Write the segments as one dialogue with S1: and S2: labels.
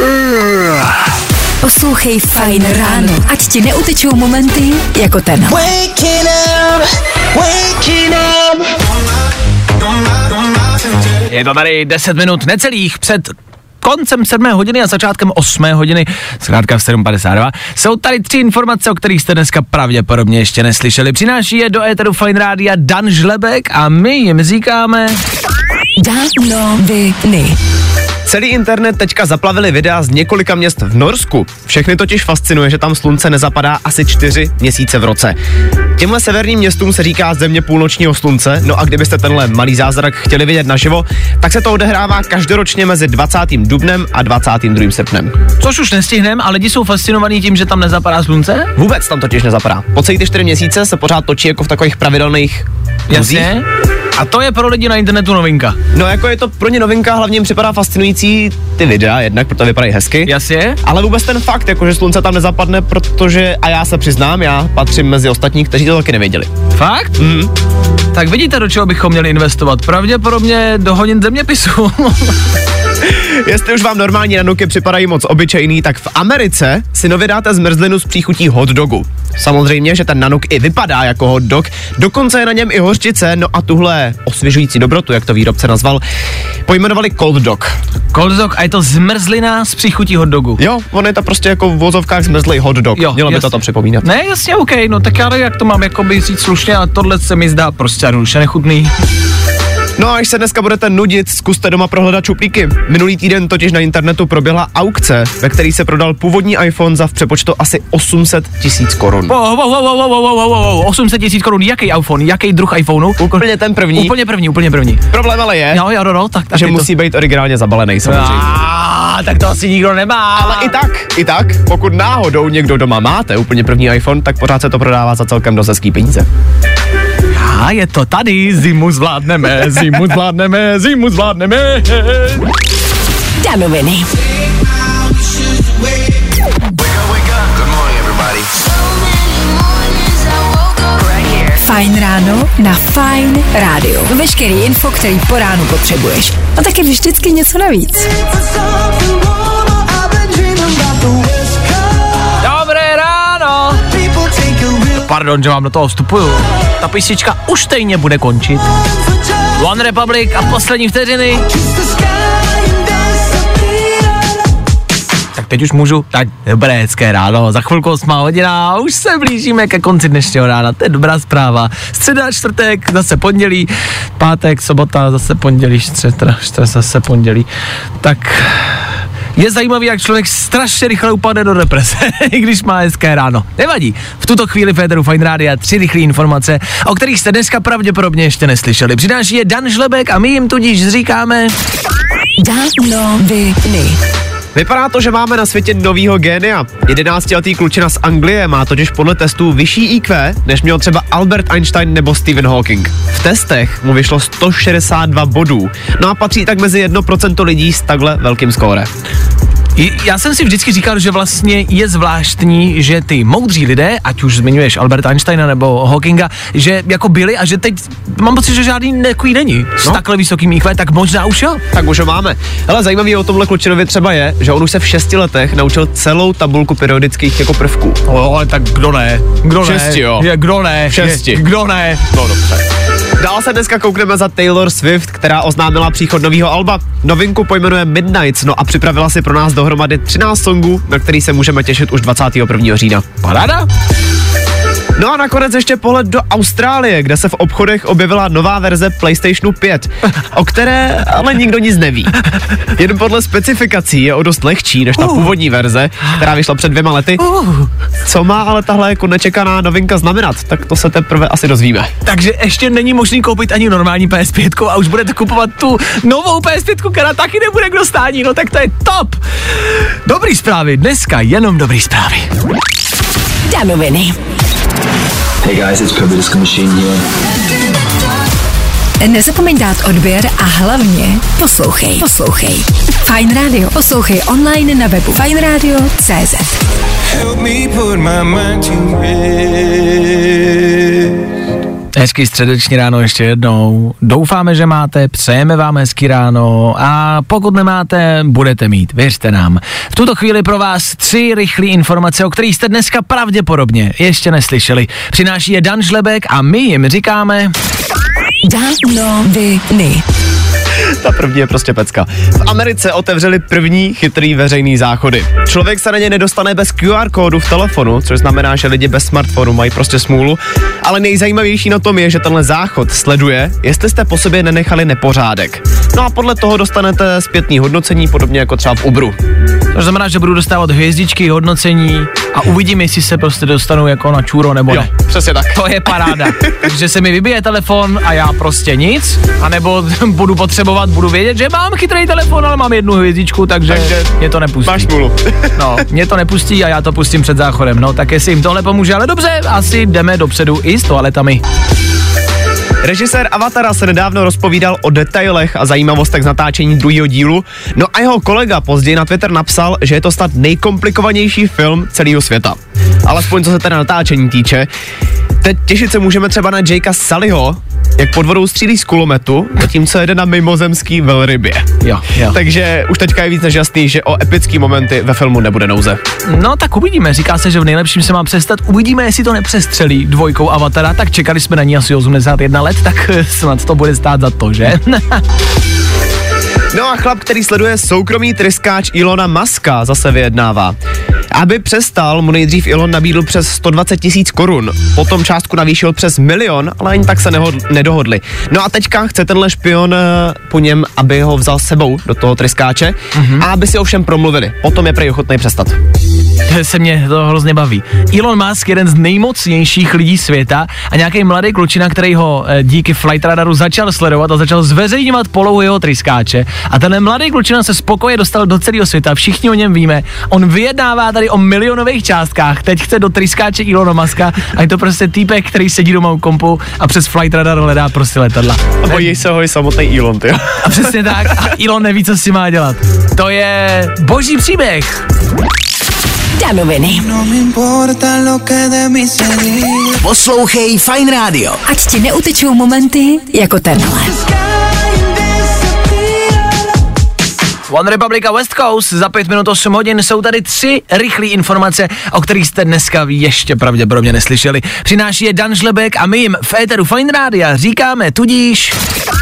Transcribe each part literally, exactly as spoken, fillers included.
S1: Poslouchej Fajn ráno, ať ti neutečou momenty jako ten.
S2: Waking up, waking up.
S3: Je to tady deset minut necelých před koncem sedmé hodiny a začátkem osmé hodiny, zkrátka v sedm padesát dva. Jsou tady tři informace, o kterých jste dneska pravděpodobně ještě neslyšeli. Přináší je do éteru Fajn rádia Dan Žlebek a my jim říkáme
S1: Danoviny.
S4: Celý internet teďka zaplavili videa z několika měst v Norsku. Všechny totiž fascinuje, že tam slunce nezapadá asi čtyři měsíce v roce. Těmhle severním městům se říká země půlnočního slunce, no a kdybyste tenhle malý zázrak chtěli vidět naživo, tak se to odehrává každoročně mezi dvacátým dubnem a dvacátým druhým srpnem.
S3: Což už nestihnem, a lidi jsou fascinovaní tím, že tam nezapadá slunce?
S4: Vůbec tam totiž nezapadá. Po celý ty čtyři měsíce se pořád točí jako v takových pravidelných kruzích.
S3: Jasně. A to je pro lidi na internetu novinka.
S4: No jako je to pro ně novinka, hlavně jim připadá fascinující ty videa, jednak, protože vypadají hezky.
S3: Jasně.
S4: Ale vůbec ten fakt, jako že slunce tam nezapadne, protože, a já se přiznám, já patřím mezi ostatní, kteří to taky nevěděli.
S3: Fakt?
S4: Mm.
S3: Tak vidíte, do čeho bychom měli investovat? Pravděpodobně do hodin zeměpisu.
S4: Jestli už vám normální nanuky připadají moc obyčejný, tak v Americe si nově dáte zmrzlinu s příchutí hot dogu. Samozřejmě, že ten nanuk i vypadá jako hot dog, dokonce je na něm i hořčice, no a tuhle osvěžující dobrotu, jak to výrobce nazval, pojmenovali cold dog.
S3: Cold dog a je to zmrzlina s příchutí hot dogu.
S4: Jo, on je to prostě jako v vozovkách zmrzlý hot dog.
S3: Jo,
S4: mělo by
S3: jasně.
S4: to to připomínat.
S3: Ne, jasně, OK, no tak já jak to mám jakoby říct slušně, a tohle se mi zdá prostě jednoduše nechutný.
S4: No a až se dneska budete nudit, zkuste doma prohledat čuplíky. Minulý týden totiž na internetu proběhla aukce, ve který se prodal původní iPhone za v přepočtu asi osm set tisíc korun.
S3: Wow, wow, wow, wow, wow, wow, wow, osm set tisíc korun, jaký iPhone, jaký druh iPhoneu?
S4: Úplně ten první.
S3: Úplně první, úplně první.
S4: Problém ale je,
S3: Jo, jo, no, tak, tak
S4: že
S3: je to...
S4: musí být originálně zabalený samozřejmě.
S3: A, tak to asi nikdo nemá.
S4: Ale i tak, i tak, pokud náhodou někdo doma máte úplně první iPhone, tak pořád se to prodává za celkem dost hezký peníze.
S3: A je to tady, zimu zvládneme, zimu zvládneme, zimu zvládneme.
S1: Danoviny. Fajn ráno na Fajn rádiu. Veškerý info, který po ránu potřebuješ. A taky vždycky něco navíc.
S3: Dobré ráno. Pardon, že vám do toho vstupuju. Ta písnička už stejně bude končit. One Republic a poslední vteřiny. Tak teď už můžu. Tak dobré, hezké ráno. Za chvilku osmá hodina a už se blížíme ke konci dnešního rána. To je dobrá zpráva. Středa, čtvrtek, zase pondělí. Pátek, sobota, zase pondělí. Středa, čtvrtek, zase pondělí. Tak... Je zajímavý, jak člověk strašně rychle upadne do deprese, i když má hezké ráno. Nevadí. V tuto chvíli v éteru Fajn rádia tři rychlé informace, o kterých jste dneska pravděpodobně ještě neslyšeli. Přináší je Dan Žlebek a my jim tudíž říkáme
S1: Danoviny.
S4: Vypadá to, že máme na světě novýho génia. jedenáctiletý klučina z Anglie má totiž podle testů vyšší í kvé, než měl třeba Albert Einstein nebo Stephen Hawking. V testech mu vyšlo sto šedesát dva bodů. No a patří tak mezi jedno procento lidí s takhle velkým skóre.
S3: Já jsem si vždycky říkal, že vlastně je zvláštní, že ty moudří lidé, ať už zmiňuješ Alberta Einsteina nebo Hawkinga, že jako byli a že teď mám pocit, že žádný takový není s
S4: no.
S3: takhle vysokým í kvé, tak možná už jo.
S4: Tak už ho máme. Ale zajímavý o tomhle klučinovi třeba je, že on už se v šesti letech naučil celou tabulku periodických jako prvků.
S3: O, ale tak kdo ne? Kdo
S4: v šesti,
S3: ne?
S4: jo.
S3: Je, kdo ne?
S4: V šesti.
S3: Je, kdo ne?
S4: No dobře. Dál se dneska koukneme za Taylor Swift, která oznámila příchod nového alba. Novinku pojmenuje Midnights, no a připravila si pro nás dohromady třináct songů, na který se můžeme těšit už dvacátého prvního října.
S3: Paráda?
S4: No a nakonec ještě pohled do Austrálie, kde se v obchodech objevila nová verze PlayStationu pět, o které ale nikdo nic neví. Jen podle specifikací je o dost lehčí než ta
S3: uh.
S4: původní verze, která vyšla před dvěma lety.
S3: Uh.
S4: Co má ale tahle jako nečekaná novinka znamenat, tak to se teprve asi dozvíme.
S3: Takže ještě není možný koupit ani normální P S pět a už budete kupovat tu novou P S pět, která taky nebude k dostání, no tak to je top. Dobrý zprávy, dneska jenom dobrý zprávy.
S1: Danoviny.
S2: Hey guys, it's Purple Disco Machine here.
S1: Nezapomeň dát odběr a hlavně poslouchej. Poslouchej. Fajn rádio. Poslouchej online na webu fajn rádio tečka cé zet.
S5: Help me put my mind to rest.
S3: Hezký středeční ráno ještě jednou. Doufáme, že máte, přejeme vám hezký ráno a pokud nemáte, budete mít, věřte nám. V tuto chvíli pro vás tři rychlé informace, o kterých jste dneska pravděpodobně ještě neslyšeli. Přináší je Dan Žlebek a my jim říkáme...
S1: Danoviny.
S4: Ta první je prostě pecka. V Americe otevřeli první chytrý veřejný záchody. Člověk se na ně nedostane bez Q R kódu v telefonu, což znamená, že lidi bez smartphonu mají prostě smůlu. Ale nejzajímavější na tom je, že tenhle záchod sleduje, jestli jste po sobě nenechali nepořádek. No a podle toho dostanete zpětný hodnocení, podobně jako třeba v Uberu.
S3: To znamená, že budu dostávat hvězdičky, hodnocení a uvidím, jestli se prostě dostanu jako na čůro nebo ne.
S4: Jo, přesně tak.
S3: To je paráda. Takže se mi vybije telefon a já prostě nic, anebo budu potřebovat, budu vědět, že mám chytrý telefon, ale mám jednu hvězdičku, takže, takže mě to nepustí.
S4: Máš smůlu.
S3: No, mě to nepustí a já to pustím před záchodem. No, tak jestli jim tohle pomůže, ale dobře, asi jdeme dopředu i s toaletami.
S4: Režisér Avatara se nedávno rozpovídal o detailech a zajímavostech z natáčení druhého dílu, no a jeho kolega později na Twitter napsal, že je to snad nejkomplikovanější film celého světa. Alespoň co se teda natáčení týče. Teď těšit se můžeme třeba na Jakea Sullyho, jak pod vodou střílí z kulometu, zatímco jede na mimozemský velrybě.
S3: Jo, jo.
S4: Takže už teďka je víc než jasný, že o epický momenty ve filmu nebude nouze.
S3: No tak uvidíme, říká se, že v nejlepším se má přestat, uvidíme, jestli to nepřestřelí dvojkou Avatara, tak čekali jsme na ní asi osmdesát jedna let, tak snad to bude stát za to, že?
S4: No a chlap, který sleduje soukromý tryskáč Elona Muska, zase vyjednává. Aby přestal, mu nejdřív Elon nabídl přes sto dvacet tisíc korun, potom částku navýšil přes milion, ale ani tak se nehodl, nedohodli. No a teďka chce tenhle špion po něm, aby ho vzal s sebou do toho tryskáče mm-hmm. a aby si ovšem promluvili. Potom je prej ochotný přestat.
S3: Se mě to hrozně baví. Elon Musk, jeden z nejmocnějších lidí světa a nějaký mladý klučina, který ho díky Flight Radaru začal sledovat a začal zveřejňovat polohu jeho tryskáče. A ten mladý klučina se spokoje dostal do celého světa, všichni o něm víme. On vyjednává tady o milionových částkách, teď chce do tryskáče Elona Muska a je to prostě týpek, který sedí doma u kompu a přes Flight Radar hledá prostě letadla.
S4: A bojí se ho i samotný Elon, ty.
S3: A přesně tak, a Elon neví, co si má dělat. To je boží příběh.
S1: Danoviny.
S5: Poslouchej Fajn rádio.
S1: Ať ti neutečou momenty jako tenhle.
S3: One Republic a West Coast, za pět minut osm hodin jsou tady tři rychlé informace, o kterých jste dneska ještě pravděpodobně neslyšeli. Přináší je Dan Žlebek a my jim v éteru Fajn rádia říkáme tudíž...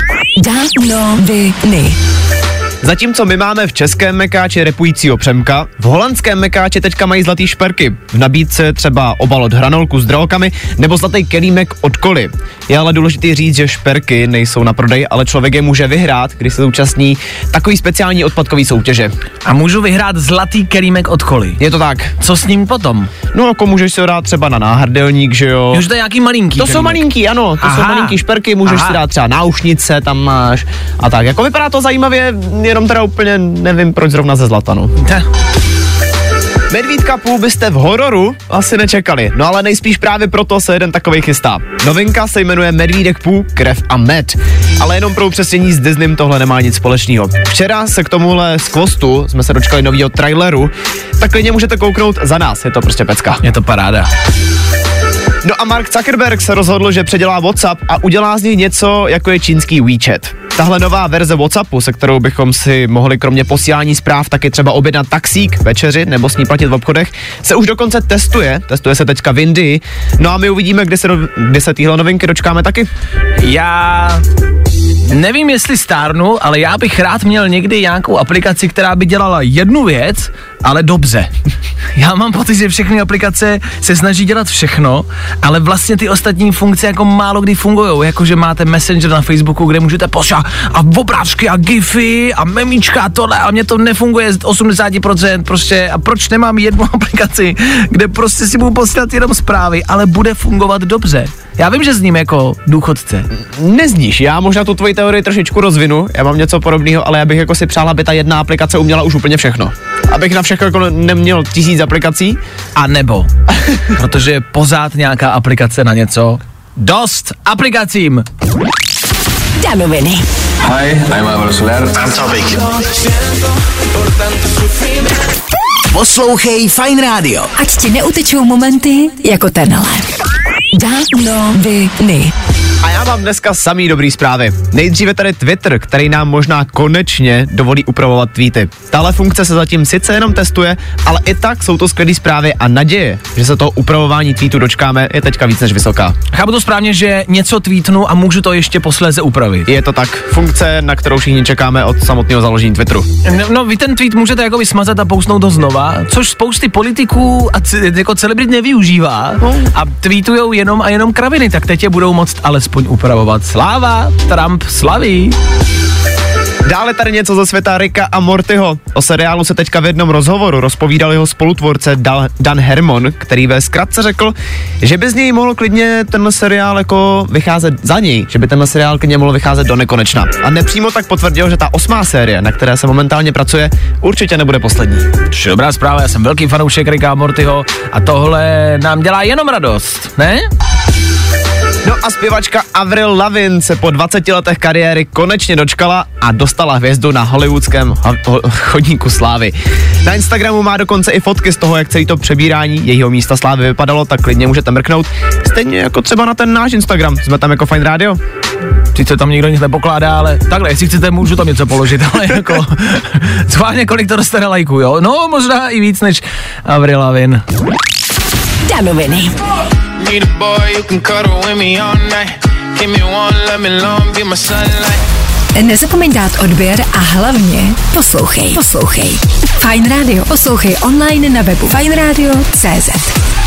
S1: Danoviny.
S4: Zatímco my máme v českém mekáči repujícího Přemka, v holandském mekáči teďka mají zlatý šperky. V nabídce třeba obal od hranolku s drolkami nebo zlatý kelímek od Koly. Je ale důležité říct, že šperky nejsou na prodej, ale člověk je může vyhrát, když se zúčastní takový speciální odpadkový soutěže.
S3: A můžu vyhrát zlatý kelímek od Koly.
S4: Je to tak.
S3: Co s ním potom?
S4: No jako můžeš si ho dát třeba na náhrdelník, že jo.
S3: Už to je nějaký malinký
S4: To
S3: kelímek.
S4: jsou malinký, ano, to Aha. jsou malinký šperky, můžeš Aha. si dát třeba náušnice, tam máš a tak. Jako vypadá to zajímavě, jenom teda úplně nevím, proč zrovna ze zlata, no. Medvídka půl byste v hororu asi nečekali, no ale nejspíš právě proto se jeden takovej chystá. Novinka se jmenuje Medvídek půl, krev a med, ale jenom pro upřesnění s Disneym tohle nemá nic společného. Včera se k tomuhle skvostu jsme se dočkali novýho traileru, tak klidně můžete kouknout za nás, je to prostě pecka.
S3: Je to paráda.
S4: No a Mark Zuckerberg se rozhodl, že předělá WhatsApp a udělá z něj něco, jako je čínský WeChat. Tahle nová verze WhatsAppu, se kterou bychom si mohli kromě posílání zpráv taky třeba objednat taxík, večeři nebo s ní platit v obchodech, se už dokonce testuje, testuje se teďka v Indii, no a my uvidíme, kdy se, kdy se tyhle novinky dočkáme taky.
S3: Já nevím, jestli stárnu, ale já bych rád měl někdy nějakou aplikaci, která by dělala jednu věc, ale dobře. Já mám pocit, že všechny aplikace se snaží dělat všechno, ale vlastně ty ostatní funkce jako málo kdy fungujou, jakože máte Messenger na Facebooku, kde můžete poslat a obrázky a gify a memíčka a tohle a mně to nefunguje z osmdesát procent prostě a proč nemám jednu aplikaci, kde prostě si budu posílat jenom zprávy, ale bude fungovat dobře. Já vím, že s ním jako důchodce.
S4: Nezníš, já možná tu tvoji teorii trošičku rozvinu, já mám něco podobného, ale já bych jako si přál, aby ta jedna aplikace uměla už úplně všechno. Abych na všechno jako neměl tisíc aplikací.
S3: A nebo, protože je pořád nějaká aplikace na něco. Dost aplikacím!
S1: Danoviny.
S2: Hi, I'm Álvaro Soler. I'm Topic.
S5: Poslouchej Fajn rádio.
S1: Ať ti neutečou momenty jako tenhle. Danoviny.
S4: A já mám dneska samý dobrý zprávy. Nejdříve tady Twitter, který nám možná konečně dovolí upravovat tweety. Tahle funkce se zatím sice jenom testuje, ale i tak jsou to skvělý zprávy a naděje, že se toho upravování tweetu dočkáme, je teďka víc než vysoká.
S3: Chápu to správně, že něco tweetnu a můžu to ještě posléze upravit.
S4: Je to tak, funkce, na kterou všichni čekáme od samotného založení Twitteru.
S3: No, no vy ten tweet můžete jako smazat a pousnout to znova, což spousty politiků a c- jako celebrit nevyužívá a tweetujou jenom a jenom kraviny, tak teď je budou moct alespoň upravovat. Sláva, Trump slaví.
S4: Dále tady něco ze světa Ricka a Mortyho. O seriálu se teďka v jednom rozhovoru rozpovídal jeho spolutvorce Dan Harmon, který ve zkratce řekl, že by z něj mohl klidně ten seriál jako vycházet za něj, že by ten seriál klidně mohl vycházet do nekonečna. A nepřímo tak potvrdil, že ta osmá série, na které se momentálně pracuje, určitě nebude poslední.
S3: Dobrá zpráva, já jsem velký fanoušek Ricka a Mortyho a tohle nám dělá jenom radost, ne?
S4: No a zpěvačka Avril Lavigne se po dvaceti letech kariéry konečně dočkala a dostala hvězdu na hollywoodském ho- chodníku slávy. Na Instagramu má dokonce i fotky z toho, jak celý to přebírání jejího místa slávy vypadalo, tak klidně můžete mrknout. Stejně jako třeba na ten náš Instagram, jsme tam jako Fajn Radio.
S3: Sice tam nikdo nic nepokládá, ale takhle, jestli chcete, můžu tam něco položit, ale jako schválně kolik to dostane lajků, jo? No, možná i víc než Avril Lavigne.
S1: Danoviny. Nezapomeň dát odběr a hlavně poslouchej. Poslouchej. Fajn Radio. Poslouchej online na webu fajn radio tečka cé zet.